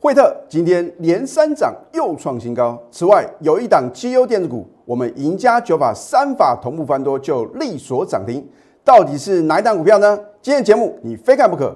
惠特今天连三涨又创新高。此外，有一档绩优电子股，我们赢家九法三法同步翻多就力所涨停，到底是哪一档股票呢？今天节目你非看不可。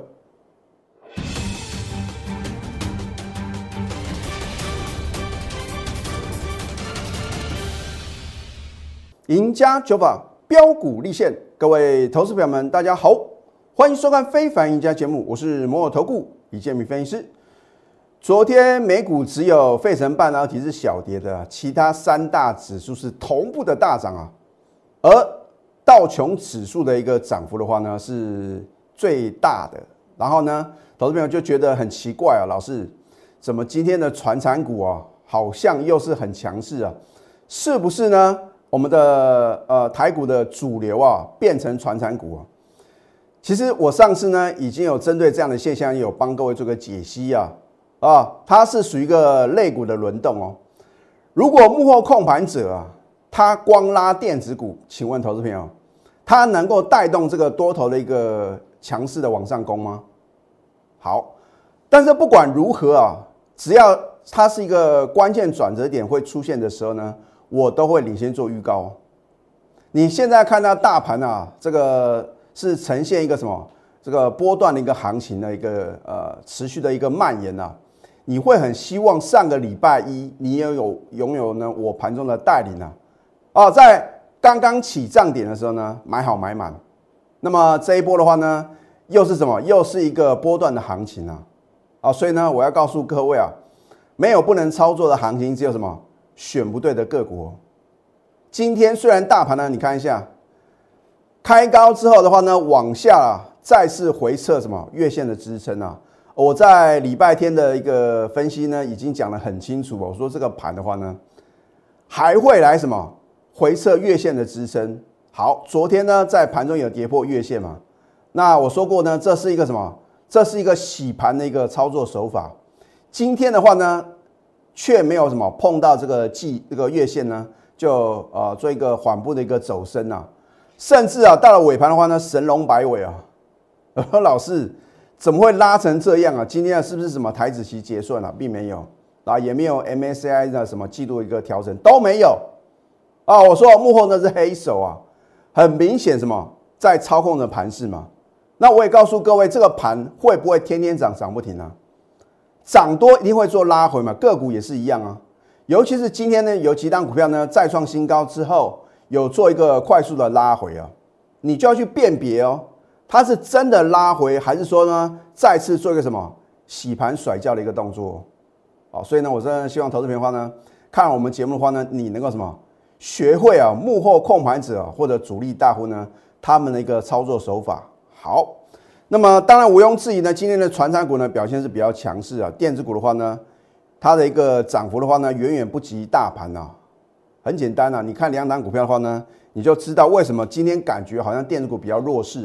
赢家九法标股立现，各位投资朋友们，大家好，欢迎收看《非凡赢家》节目，我是摩尔投顾李建民分析师。昨天美股只有费城半导体是小跌的，其他三大指数是同步的大涨啊。而道琼指数的一个涨幅的话呢，是最大的。然后呢，投资朋友就觉得很奇怪啊，老师，怎么今天的传产股啊，好像又是很强势啊？是不是呢？我们的台股的主流啊，变成传产股啊？其实我上次呢，已经有针对这样的现象，有帮各位做个解析啊。它是属于一个类股的轮动哦。如果幕后控盘者啊，他光拉电子股，请问投资朋友，他能够带动这个多头的一个强势的往上攻吗？好，但是不管如何啊，只要它是一个关键转折点会出现的时候呢，我都会领先做预告哦。你现在看到大盘啊，这个是呈现一个什么？这个波段的一个行情的一个持续的一个蔓延啊。你会很希望上个礼拜一你也拥有呢我盘中的带领啊，在刚刚起涨点的时候呢买好买满，那么这一波的话呢又是什么？又是一个波段的行情啊，所以呢我要告诉各位啊，没有不能操作的行情，只有什么？选不对的个股哦。今天虽然大盘呢，你看一下开高之后的话呢，往下再次回测什么月线的支撑啊。我在礼拜天的一个分析呢，已经讲得很清楚。我说这个盘的话呢，还会来什么回测月线的支撑。好，昨天呢在盘中有跌破月线嘛？那我说过呢，这是一个什么？这是一个洗盘的一个操作手法。今天的话呢，却没有什么碰到这个月线呢，就做一个缓步的一个走升啊，甚至到了尾盘的话呢，神龙摆尾啊。老师，怎么会拉成这样啊？今天是不是什么台指期结算并没有也没有 MSCI 的什么季度一个调整都没有我说幕后那是黑手很明显什么在操控着盘势嘛。那我也告诉各位，这个盘会不会天天涨不停涨多一定会做拉回嘛，个股也是一样尤其是今天呢，有几档股票呢再创新高之后，有做一个快速的拉回你就要去辨别它是真的拉回，还是说呢再次做一个什么洗盘甩跤的一个动作所以呢，我真的希望投资朋友的话呢，看我们节目的话呢，你能够什么学会幕后控盘者或者主力大户呢他们的一个操作手法。好，那么当然毋庸置疑呢，今天的传产股呢表现是比较强势电子股的话呢，它的一个涨幅的话呢，远远不及大盘很简单你看两档股票的话呢，你就知道为什么今天感觉好像电子股比较弱势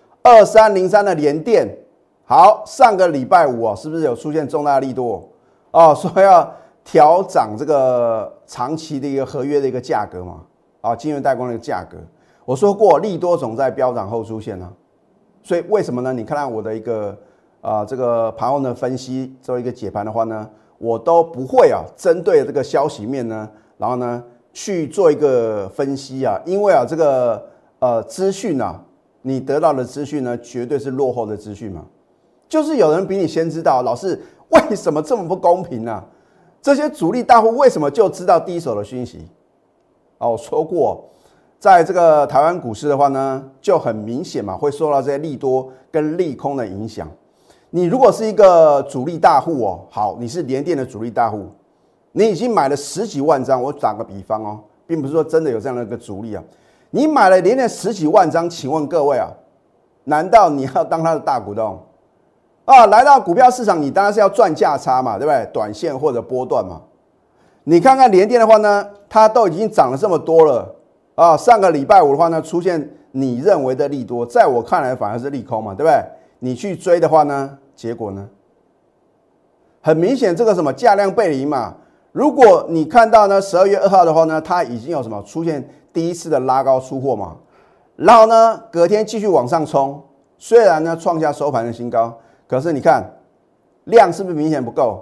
2303的联电，好，上个礼拜五是不是有出现重大利多说要调涨这个长期的一个合约的一个价格嘛晶圆代工的一个价格。我说过利多总在飙涨后出现所以为什么呢？你看看我的一个这个盘后的分析做一个解盘的话呢，我都不会针对这个消息面呢，然后呢去做一个分析因为这个资讯你得到的资讯呢，绝对是落后的资讯嘛。就是有人比你先知道，老师为什么这么不公平这些主力大户为什么就知道第一手的讯息我说过，在这个台湾股市的话呢，就很明显嘛，会受到这些利多跟利空的影响。你如果是一个主力大户好，你是联电的主力大户，你已经买了10几万张，我打个比方并不是说真的有这样的一个主力你买了联电10几万张，请问各位难道你要当他的大股东来到股票市场，你当然是要赚价差嘛，对不对？短线或者波段嘛。你看看联电的话呢，它都已经涨了这么多了上个礼拜五的话呢，出现你认为的利多，在我看来反而是利空嘛，对不对？你去追的话呢，结果呢，很明显这个什么价量背离嘛。如果你看到呢12月2号的话呢，它已经有什么出现第一次的拉高出货嘛，然后呢隔天继续往上冲，虽然呢创下收盘的新高，可是你看量是不是明显不够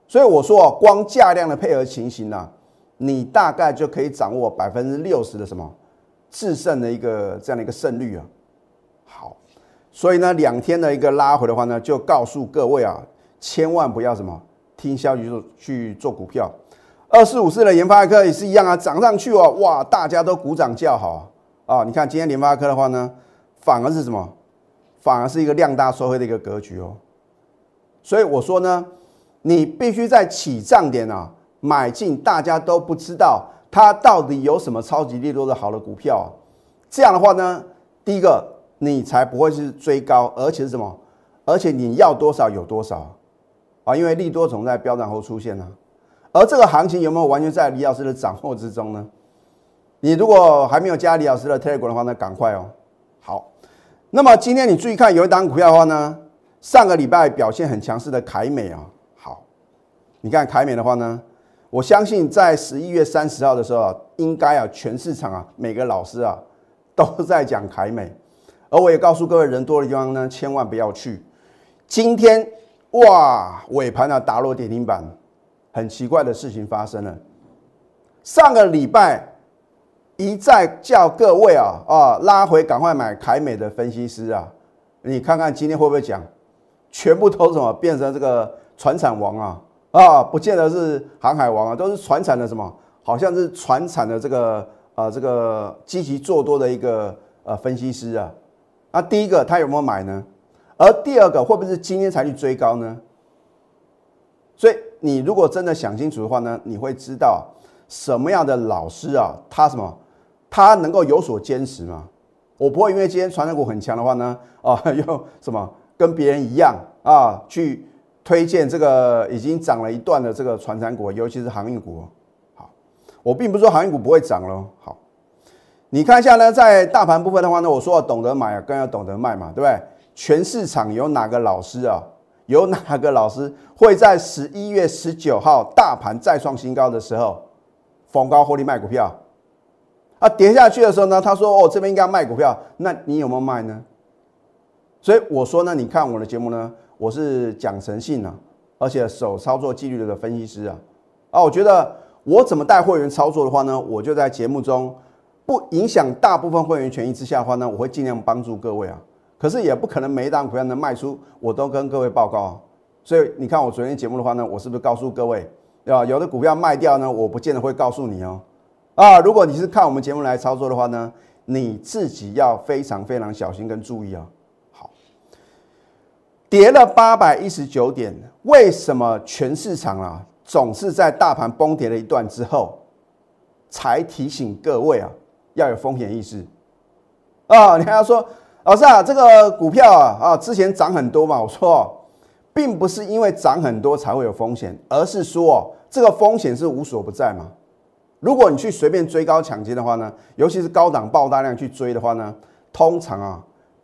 所以我说光价量的配合情形啊，你大概就可以掌握60%的什么制胜的这样的一个胜率啊。好，所以呢，2天的一个拉回的话呢，就告诉各位啊，千万不要什么听消息去做股票。2454的联发科也是一样啊，涨上去哦，哇，大家都鼓掌叫好啊。你看今天联发科的话呢，反而是什么？反而是一个量大收黑的一个格局哦。所以我说呢，你必须在起涨点啊买进，大家都不知道它到底有什么超级利多的好的股票啊。这样的话呢，第一个你才不会是追高，而且是什么？而且你要多少有多少啊，因为利多总在飙涨后出现啊。而这个行情有没有完全在李老师的掌握之中呢？你如果还没有加李老师的 Telegram 的话呢，赶快哦。好，那么今天你注意看，有一档股票的话呢，上个礼拜表现很强势的凯美啊。好，你看凯美的话呢，我相信在11月30号的时候啊，应该啊全市场啊每个老师啊都在讲凯美，而我也告诉各位，人多的地方呢千万不要去。今天哇尾盘啊打落跌停板。很奇怪的事情发生了。上个礼拜一再叫各位拉回赶快买凯美的分析师啊，你看看今天会不会讲？全部都什么变成这个传产王不见得是航海王啊，都是传产的什么？好像是传产的这个积极做多的一个分析师啊。那第一个他有没有买呢？而第二个会不会是今天才去追高呢？所以你如果真的想清楚的话呢，你会知道什么样的老师啊，他能够有所坚持嘛？我不会因为今天传产股很强的话呢，又什么跟别人一样去推荐这个已经涨了一段的这个传产股，尤其是航运股。好，我并不是说航运股不会涨咯。好，你看一下呢，在大盘部分的话呢，我说要懂得买更要懂得卖嘛，对不对？全市场有哪个老师啊？有哪个老师会在11月19号大盘再创新高的时候逢高获利卖股票？跌下去的时候呢，他说这边应该卖股票，那你有没有卖呢？所以我说呢，你看我的节目呢，我是讲诚信而且守操作纪律的分析师我觉得我怎么带会员操作的话呢，我就在节目中不影响大部分会员权益之下的话呢，我会尽量帮助各位可是也不可能每一档股票能卖出，我都跟各位报告所以你看我昨天节目的话呢，我是不是告诉各位，有的股票卖掉呢，我不见得会告诉你如果你是看我们节目来操作的话呢，你自己要非常非常小心跟注意好，跌了819点，为什么全市场总是在大盘崩跌了一段之后，才提醒各位要有风险意识你还要说老师这个股票之前涨很多嘛？我说并不是因为涨很多才会有风险，而是说这个风险是无所不在嘛。如果你去随便追高抢接的话呢，尤其是高档爆大量去追的话呢，通常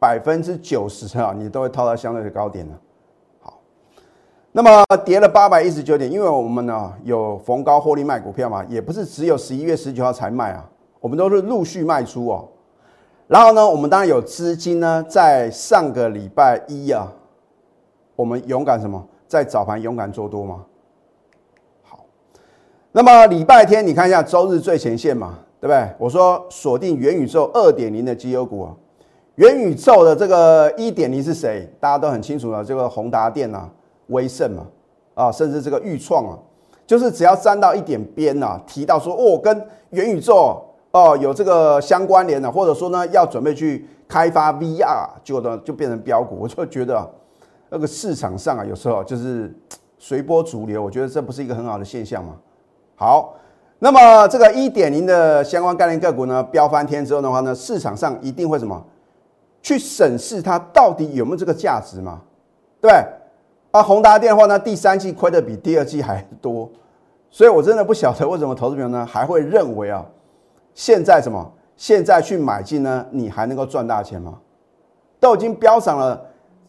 90%你都会套到相对的高点好，那么跌了819点，因为我们有逢高获利卖股票嘛，也不是只有11月19号才卖我们都是陆续卖出然后呢，我们当然有资金呢，在上个礼拜一我们勇敢什么，在早盘勇敢做多嘛。好，那么礼拜天你看一下周日最前线嘛，对不对？我说锁定元宇宙 2.0 的绩优股元宇宙的这个 1.0 是谁？大家都很清楚了，这个宏达电威盛嘛，甚至这个裕创就是只要沾到一点边提到说跟元宇宙有这个相关联或者说呢要准备去开发 VR， 结果就变成标股，我就觉得那个市场上有时候就是随波逐流，我觉得这不是一个很好的现象嘛。好，那么这个 1.0 的相关概念个股呢飙翻天之后的话呢，市场上一定会什么去审视它到底有没有这个价值嘛，对不对？宏达电的话呢，第3季亏的比第2季还多，所以我真的不晓得为什么投资朋友呢还会认为现在什么？现在去买进呢，你还能够赚大钱吗？都已经飙涨了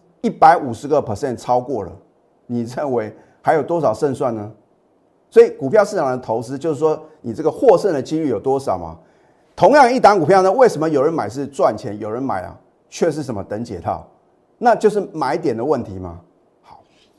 150%，超过了，你认为还有多少胜算呢？所以股票市场的投资就是说，你这个获胜的几率有多少嘛？同样一档股票呢，为什么有人买是赚钱，有人买却是什么等解套？那就是买点的问题嘛。好，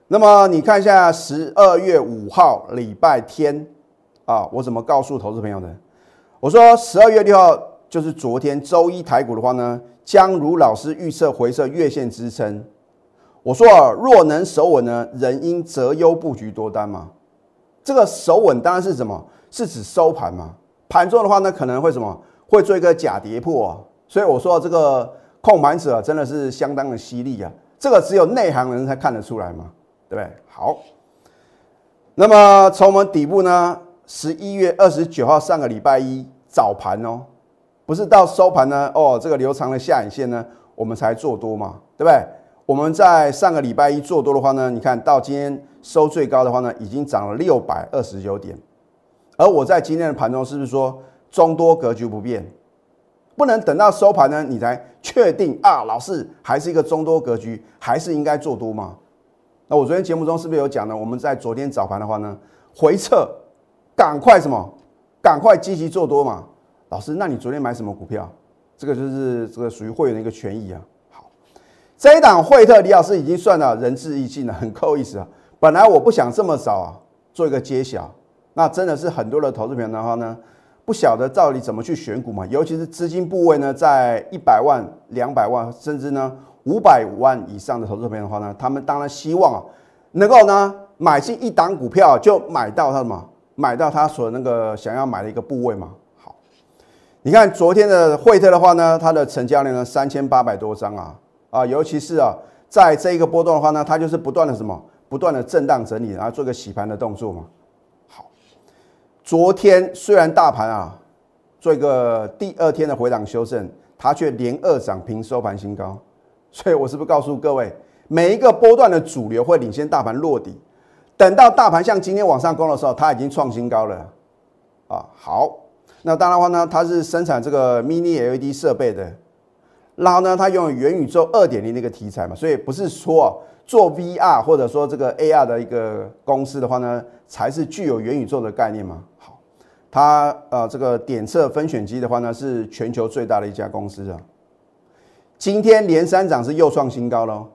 那么你看一下12月5号礼拜天啊，我怎么告诉投资朋友的？我说12月6号就是昨天周一台股的话呢，将如老师预测回测月线支撑。我说若能守稳呢，人应择优布局多单嘛。这个守稳当然是什么？是指收盘嘛。盘中的话呢，可能会什么？会做一个假跌破啊。所以我说这个控盘者真的是相当的犀利啊。这个只有内行人才看得出来嘛，对不对？好，那么从我们底部呢，11月29号上个礼拜一早盘哦，不是到收盘呢，这个留长的下影线呢，我们才做多嘛，对不对？我们在上个礼拜一做多的话呢，你看到今天收最高的话呢，已经涨了629点，而我在今天的盘中是不是说中多格局不变？不能等到收盘呢，你才确定啊，老师还是一个中多格局，还是应该做多吗？那我昨天节目中是不是有讲呢？我们在昨天早盘的话呢，回撤，赶快什么？赶快积极做多嘛。老师，那你昨天买什么股票？这个就是这个属于会员的一个权益啊。好，这一档惠特李老师已经算了仁至义尽了，很够意思啊。本来我不想这么早做一个揭晓，那真的是很多的投资朋友的话呢，不晓得到底怎么去选股嘛，尤其是资金部位呢，在100万、200万，甚至呢500万以上的投资朋友的话呢，他们当然希望能够呢买进一档股票就买到他什么，买到他所那个想要买的一个部位嘛。好，你看昨天的惠特的话呢，它的成交量呢3800多张尤其是在这一个波动的话呢，它就是不断的什么，不断的震荡整理，然后做一个洗盘的动作嘛。昨天虽然大盘做一个第二天的回档修正，它却连2涨平收盘新高，所以我是不是告诉各位，每一个波段的主流会领先大盘落底，等到大盘像今天往上攻的时候，它已经创新高了好，那当然的话呢，它是生产这个 mini LED 设备的，然后呢，它拥有元宇宙 2.0 的一个题材嘛，所以不是说做 VR 或者说这个 AR 的一个公司的话呢，才是具有元宇宙的概念嘛。好，它这个点测分选机的话呢，是全球最大的一家公司今天连3涨是又创新高了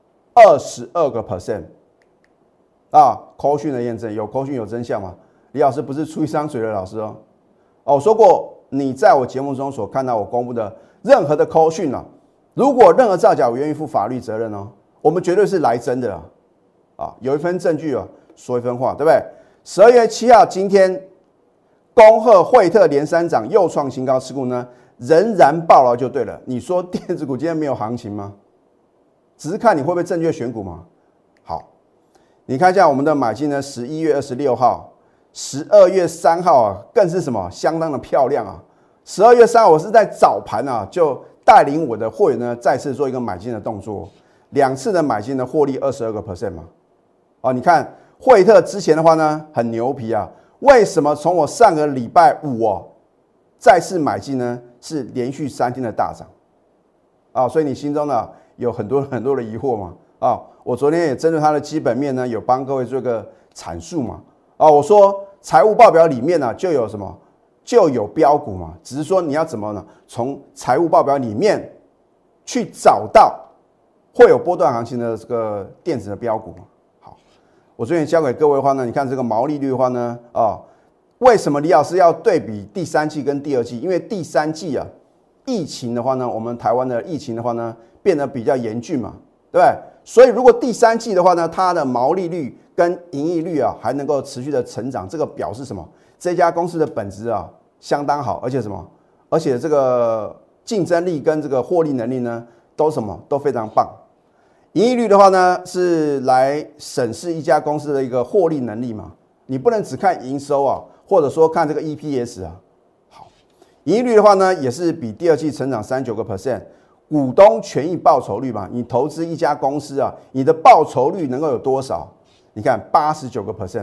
，22% 扣讯的验证有扣讯有真相嘛？李老师不是出一张嘴的老师我说过，你在我节目中所看到我公布的任何的扣讯如果任何造假，我愿意负法律责任我们绝对是来真的有一份证据说一分话，对不对？12月7号今天，恭贺惠特连3涨又创新高，持股呢仍然爆了就对了。你说电子股今天没有行情吗？只是看你会不会正确选股吗？好，你看一下我们的买进呢，11月26号、12月3号更是什么相当的漂亮12月3号我是在早盘就带领我的会员呢再次做一个买进的动作。2次的买进的获利22% 嘛，你看惠特之前的话呢很牛皮为什么从我上个礼拜五再次买进呢？是连续3天的大涨所以你心中呢有很多的疑惑嘛我昨天也针对它的基本面呢有帮各位做一个阐述嘛我说财务报表里面呢就有什么，就有标股嘛，只是说你要怎么呢？从财务报表里面去找到会有波段行情的这个电子的标股。好，我昨天教给各位的话呢，你看这个毛利率的话呢，为什么李老师要对比第3季跟第2季？因为第3季疫情的话呢，我们台湾的疫情的话呢，变得比较严峻嘛，对不对？所以如果第3季的话呢，它的毛利率跟盈利率还能够持续的成长，这个表示什么？这家公司的本质相当好，而且什么？而且这个竞争力跟这个获利能力呢，都什么都非常棒。盈利率的话呢，是来审视一家公司的一个获利能力嘛，你不能只看营收或者说看这个 EPS 好，盈利率的话呢，也是比第2季成长39%。股东权益报酬率嘛，你投资一家公司你的报酬率能够有多少？你看89%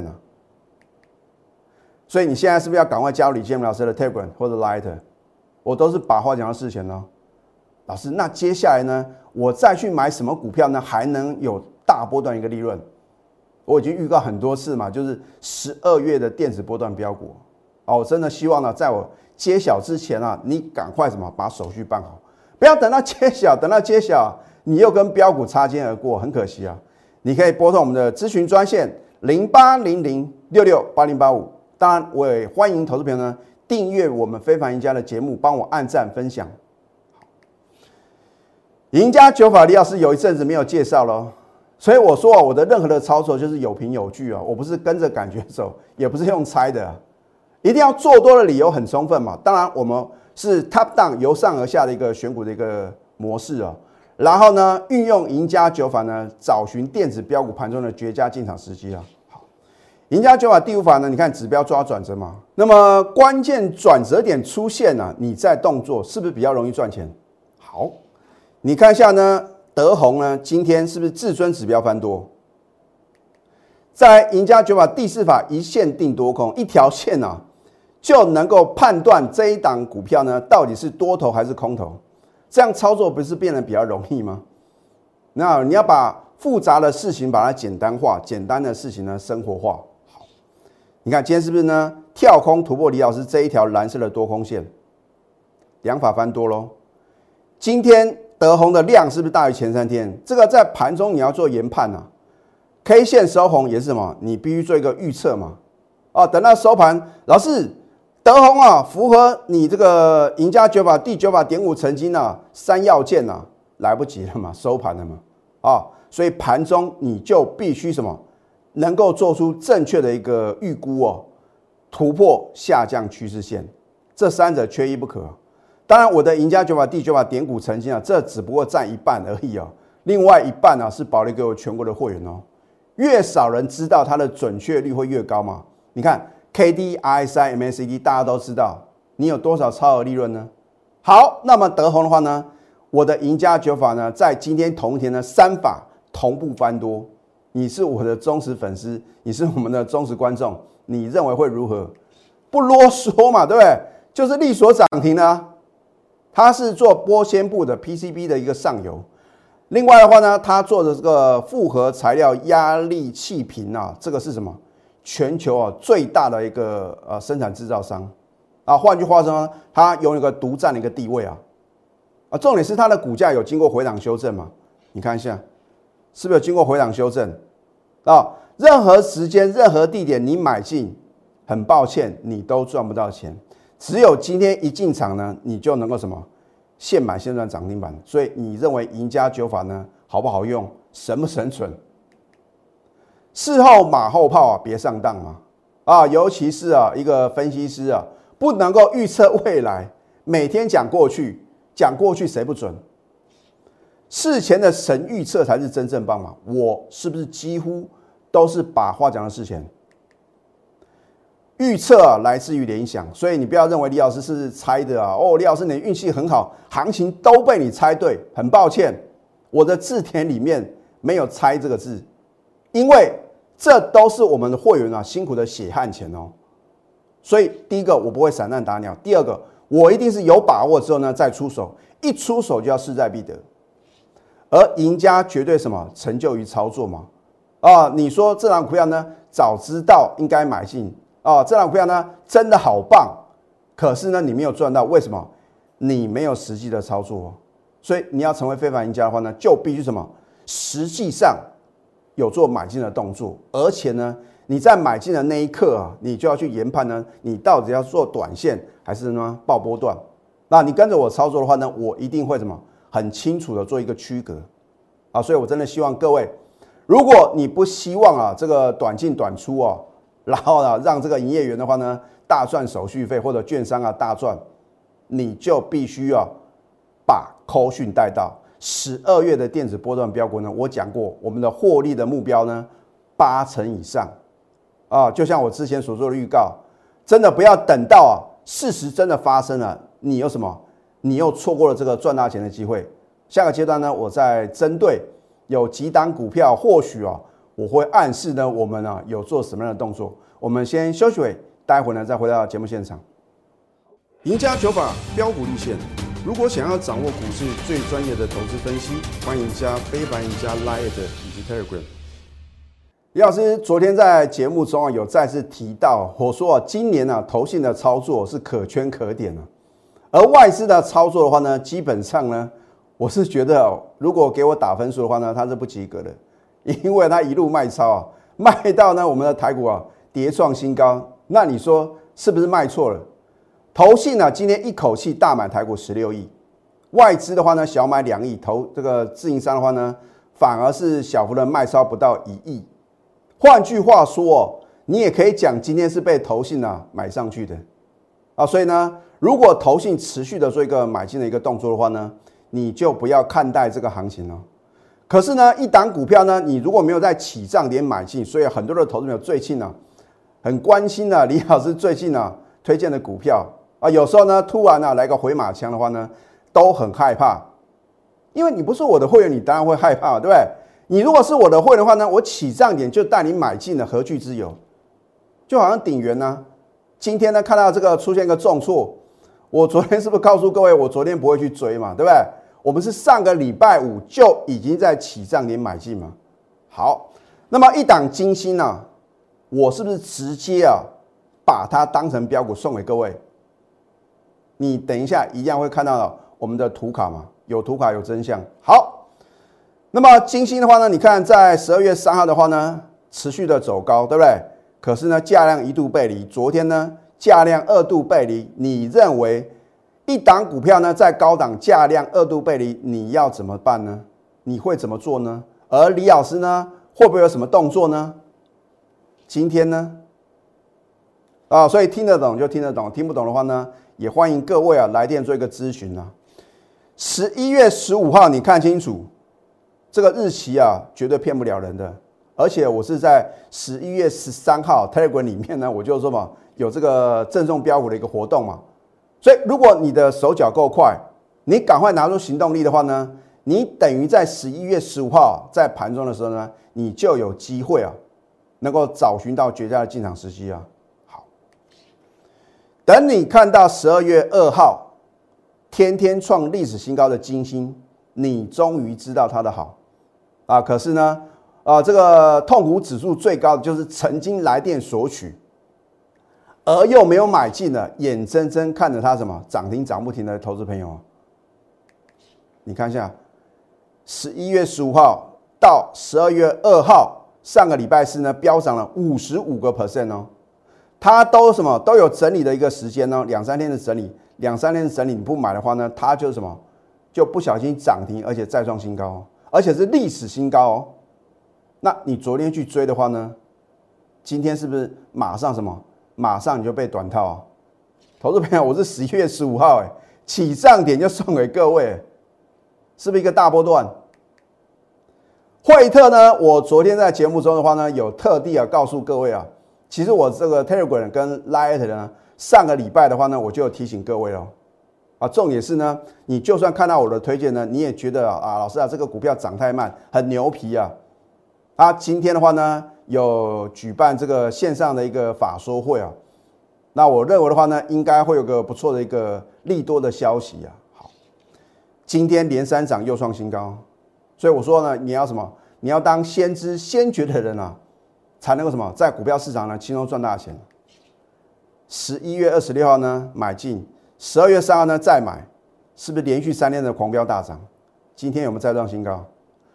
所以你现在是不是要赶快加入李建明老师的 Telegram 或者 Light？ 我都是把话讲到事前老师，那接下来呢，我再去买什么股票呢，还能有大波段一个利润？我已经预告很多次嘛，就是12月的电子波段标股我真的希望呢，在我揭晓之前你赶快什么把手续办好，不要等到揭晓，你又跟标股擦肩而过，很可惜你可以拨通我们的咨询专线0800668085。当然，我也欢迎投资朋友呢订阅我们非凡赢家的节目，帮我按赞分享。赢家九法李老师有一阵子没有介绍了，所以我说我的任何的操作就是有凭有据啊，我不是跟着感觉走，也不是用猜的，一定要做多的理由很充分嘛。当然，我们是 top down 由上而下的一个选股的一个模式啊，然后呢，运用赢家九法呢，找寻电子标股盘中的绝佳进场时机啊。赢家九法第五法呢，你看指标抓转折嘛，那么关键转折点出现了，你再动作是不是比较容易赚钱？好，你看一下呢，德宏呢今天是不是至尊指标翻多？在赢家九法第四法一线定多空，一条线啊就能够判断这一档股票呢到底是多头还是空头，这样操作不是变得比较容易吗？那你要把复杂的事情把它简单化，简单的事情呢生活化。你看今天是不是呢？跳空突破李老师这一条蓝色的多空线，两法翻多咯。今天德宏的量是不是大于前3天？这个在盘中你要做研判啊。K 线收红也是什么？你必须做一个预测嘛。等到收盘，老师德宏啊，符合你这个赢家九法第9法点5成金啊3要件啊，来不及了嘛，收盘了嘛。所以盘中你就必须什么？能够做出正确的一个预估哦，突破下降趋势线，这3者缺一不可。当然，我的赢家九法第9法点股成金啊，这只不过占一半而已哦，另外一半啊是保留给我全国的会员哦。越少人知道它的准确率会越高嘛。你看 KD、RSI、MACD 大家都知道，你有多少超额利润呢？好，那么德宏的话呢，我的赢家九法呢，在今天同一天呢3法同步翻多。你是我的忠实粉丝，你是我们的忠实观众，你认为会如何？不啰嗦嘛，对不对？就是力所涨停啊，它是做玻纤布的 PCB 的一个上游。另外的话呢，它做的这个复合材料压力气瓶啊，这个是什么？全球啊最大的一个生产制造商啊。换句话说呢，它拥有一个独占的一个地位啊。重点是它的股价有经过回档修正嘛？你看一下，是不是有经过回档修正？任何时间、任何地点你买进，很抱歉，你都赚不到钱。只有今天一进场呢，你就能够什么？现买现赚涨停板。所以你认为赢家九法呢好不好用？神不神准？事后马后炮啊，别上当嘛！尤其是一个分析师啊，不能够预测未来，每天讲过去，讲过去谁不准？事前的神预测才是真正棒嘛！我是不是几乎都是把话讲到事前？预测来自于联想，所以你不要认为李老师是猜的啊！李老师你的运气很好，行情都被你猜对。很抱歉，我的字典里面没有猜这个字，因为这都是我们的会员辛苦的血汗钱哦。所以第一个我不会散弹打鸟，第二个我一定是有把握之后呢再出手，一出手就要势在必得。而赢家绝对什么成就于操作嘛？你说这档股票呢，早知道应该买进这档股票呢真的好棒，可是呢你没有赚到，为什么？你没有实际的操作所以你要成为非凡赢家的话呢，就必须什么？实际上有做买进的动作，而且呢你在买进的那一刻你就要去研判呢，你到底要做短线还是呢爆波段？那你跟着我操作的话呢，我一定会什么？很清楚的做一个区隔所以我真的希望各位，如果你不希望这个短进短出然后呢让这个营业员的话呢大赚手续费，或者券商大赚，你就必须把扣讯带到12月的电子波段标股呢。我讲过，我们的获利的目标呢8成以上就像我之前所做的预告，真的不要等到事实真的发生了，你有什么？你又错过了这个赚大钱的机会。下个阶段呢，我在针对有几档股票，或许我会暗示呢，我们有做什么样的动作。我们先休息会，待会呢再回到节目现场。赢家九法标股立现，如果想要掌握股市最专业的投资分析，欢迎加非凡赢家 Line 以及 Telegram。李老师昨天在节目中有再次提到，我说今年投信的操作是可圈可点而外资的操作的话呢，基本上呢，我是觉得如果给我打分数的话呢，它是不及格的。 因为它一路卖超啊，卖到呢我们的台股啊跌创新高，那你说是不是卖错了？投信呢今天一口气大买台股16亿，外资的话呢小买2亿，这个自营商的话呢反而是小幅的卖超不到1亿。换句话说，你也可以讲今天是被投信买上去的啊，所以呢，如果投信持续的做一个买进的一个动作的话呢，你就不要看待这个行情了。可是呢，一档股票呢，你如果没有在起涨点买进，所以很多的投资者最近很关心李老师最近推荐的股票啊，有时候呢突然来个回马枪的话呢，都很害怕，因为你不是我的会员，你当然会害怕，对不对？你如果是我的会员的话呢，我起涨点就带你买进了，何惧之有？就好像鼎元今天呢看到这个出现一个重挫，我昨天是不是告诉各位，我昨天不会去追嘛，对不对？我们是上个礼拜五就已经在起涨点买进嘛。好，那么一档金星我是不是直接把它当成标股送给各位？你等一下一样会看到我们的图卡嘛，有图卡有真相。好，那么金星的话呢，你看在12月3号的话呢，持续的走高，对不对？可是呢，价量一度背离，昨天呢，价量2度背离。你认为一档股票呢，在高档价量2度背离，你要怎么办呢？你会怎么做呢？而李老师呢，会不会有什么动作呢？今天呢？所以听得懂就听得懂，听不懂的话呢，也欢迎各位来电做一个咨询11月15号，你看清楚这个日期绝对骗不了人的。而且我是在11月13号 Telegram 里面呢，我就说嘛，有这个赠送标股的一个活动嘛。所以如果你的手脚够快，你赶快拿出行动力的话呢，你等于在11月15号在盘中的时候呢，你就有机会能够找寻到绝佳的进场时机好，等你看到12月2号天天创历史新高的金星，你终于知道它的好可是呢这个痛苦指数最高的就是曾经来电索取，而又没有买进的，眼睁睁看着它什么涨停涨不停的投资朋友你看一下11月15号到12月2号，上个礼拜四呢飙涨了55%它都什么都有整理的一个时间2-3天的整理，2-3天的整理你不买的话呢，它就什么就不小心涨停，而且再创新高而且是历史新高那你昨天去追的话呢，今天是不是马上什么？马上你就被短套投资朋友，我是11月15号起涨点就送给各位，是不是一个大波段？惠特呢，我昨天在节目中的话呢，有特地告诉各位其实我这个 Telegram 跟 Line 呢，上个礼拜的话呢，我就有提醒各位重点是呢，你就算看到我的推荐呢，你也觉得老师这个股票涨太慢，很牛皮今天的话呢，有举办这个线上的一个法说会那我认为的话呢，应该会有个不错的一个利多的消息好，今天连3涨又创新高，所以我说呢，你要什么？你要当先知先觉的人才能够什么，在股票市场呢轻松赚大钱。11月26号呢买进，12月3号呢再买，是不是连续3天的狂飙大涨？今天有没有再创新高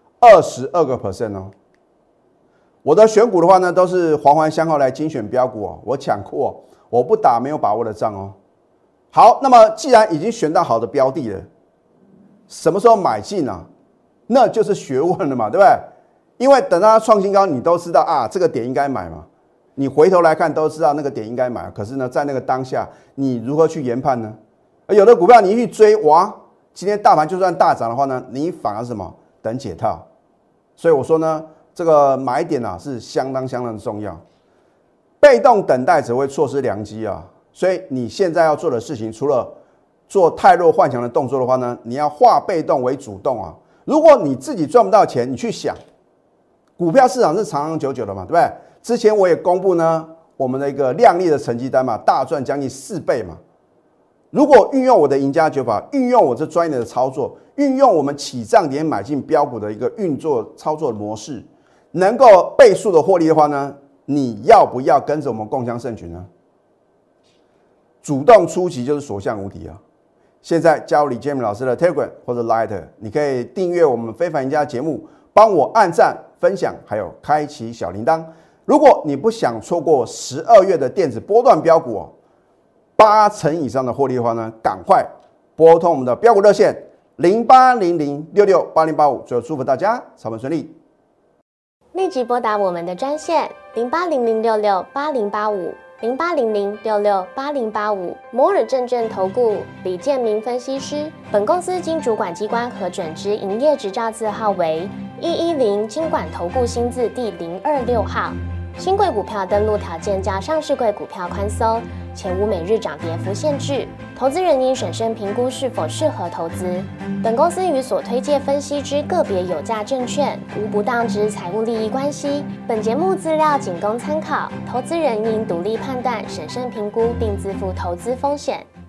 ？22%我的选股的话呢，都是环环相扣来精选标股我抢库我不打没有把握的仗好，那么既然已经选到好的标的了，什么时候买进那就是学问了嘛，对不对？因为等到它创新高，你都知道这个点应该买嘛。你回头来看都知道那个点应该买，可是呢，在那个当下，你如何去研判呢？而有的股票你一去追，哇，今天大盘就算大涨的话呢，你反而是什么？等解套。所以我说呢，这个买点是相当的重要。被动等待只会错失良机所以你现在要做的事情，除了做太弱换强的动作的话呢，你要化被动为主动如果你自己赚不到钱，你去想，股票市场是长长久久的嘛，对不对？之前我也公布呢，我们的一个亮丽的成绩单嘛，大赚将近4倍嘛。如果运用我的赢家九法，运用我这专业的操作，运用我们起涨点买进标股的一个运作操作模式，能够倍数的获利的话呢，你要不要跟着我们共襄盛举呢？主动出击就是所向无敌现在加入李建明老师的 Telegram 或者 Line， 你可以订阅我们非凡赢家节目，帮我按赞、 分享，还有开启小铃铛。如果你不想错过12月的电子波段标股8成以上的获利的话呢，赶快拨通我们的标股热线0800668085。最后祝福大家操盘顺利， 立即拨打我们的专线08006680850800668085。摩尔证券投顾李建明分析师。本公司经主管机关核准之营业执照字号为110金管投顾新字第026号。新贵股票登录条件较上市柜股票宽松，且无每日涨跌幅限制。投资人应审慎评估是否适合投资。本公司与所推介分析之个别有价证券无不当之财务利益关系。本节目资料仅供参考，投资人应独立判断、审慎评估，并自负投资风险。